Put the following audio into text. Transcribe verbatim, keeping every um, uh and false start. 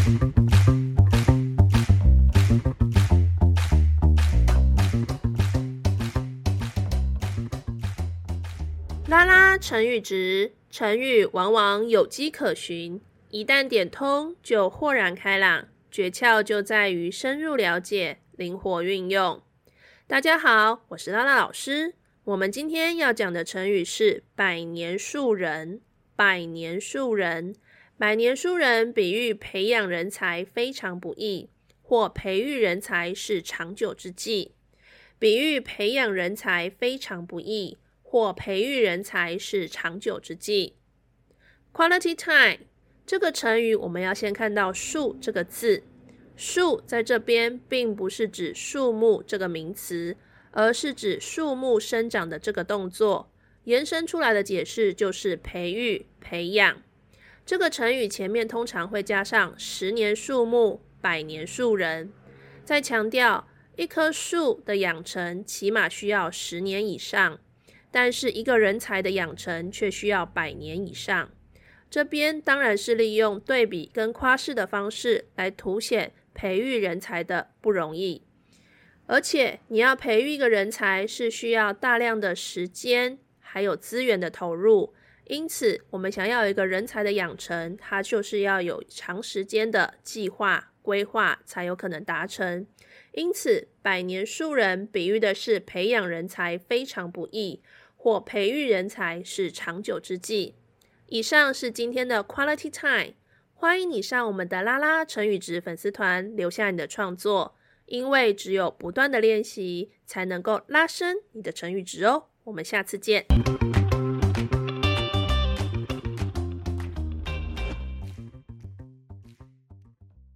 拉拉成语质，成语往往有迹可循，一旦点通就豁然开朗，诀窍就在于深入了解，灵活运用。大家好，我是拉拉老师。我们今天要讲的成语是百年树人。百年树人，百年树人比喻培养人才非常不易，或培育人才是长久之计。比喻培养人才非常不易，或培育人才是长久之计。 Quality time 这个成语，我们要先看到树这个字。树在这边并不是指树木这个名词，而是指树木生长的这个动作，延伸出来的解释就是培育、培养。这个成语前面通常会加上十年树木、百年树人，再强调一棵树的养成起码需要十年以上，但是一个人才的养成却需要百年以上。这边当然是利用对比跟夸饰的方式来凸显培育人才的不容易。而且你要培育一个人才是需要大量的时间还有资源的投入，因此我们想要有一个人才的养成，它就是要有长时间的计划规划才有可能达成。因此百年树人比喻的是培养人才非常不易，或培育人才是长久之计。以上是今天的 Quality Time， 欢迎你上我们的拉拉成语质粉丝团留下你的创作，因为只有不断的练习才能够拉升你的成语质哦。我们下次见。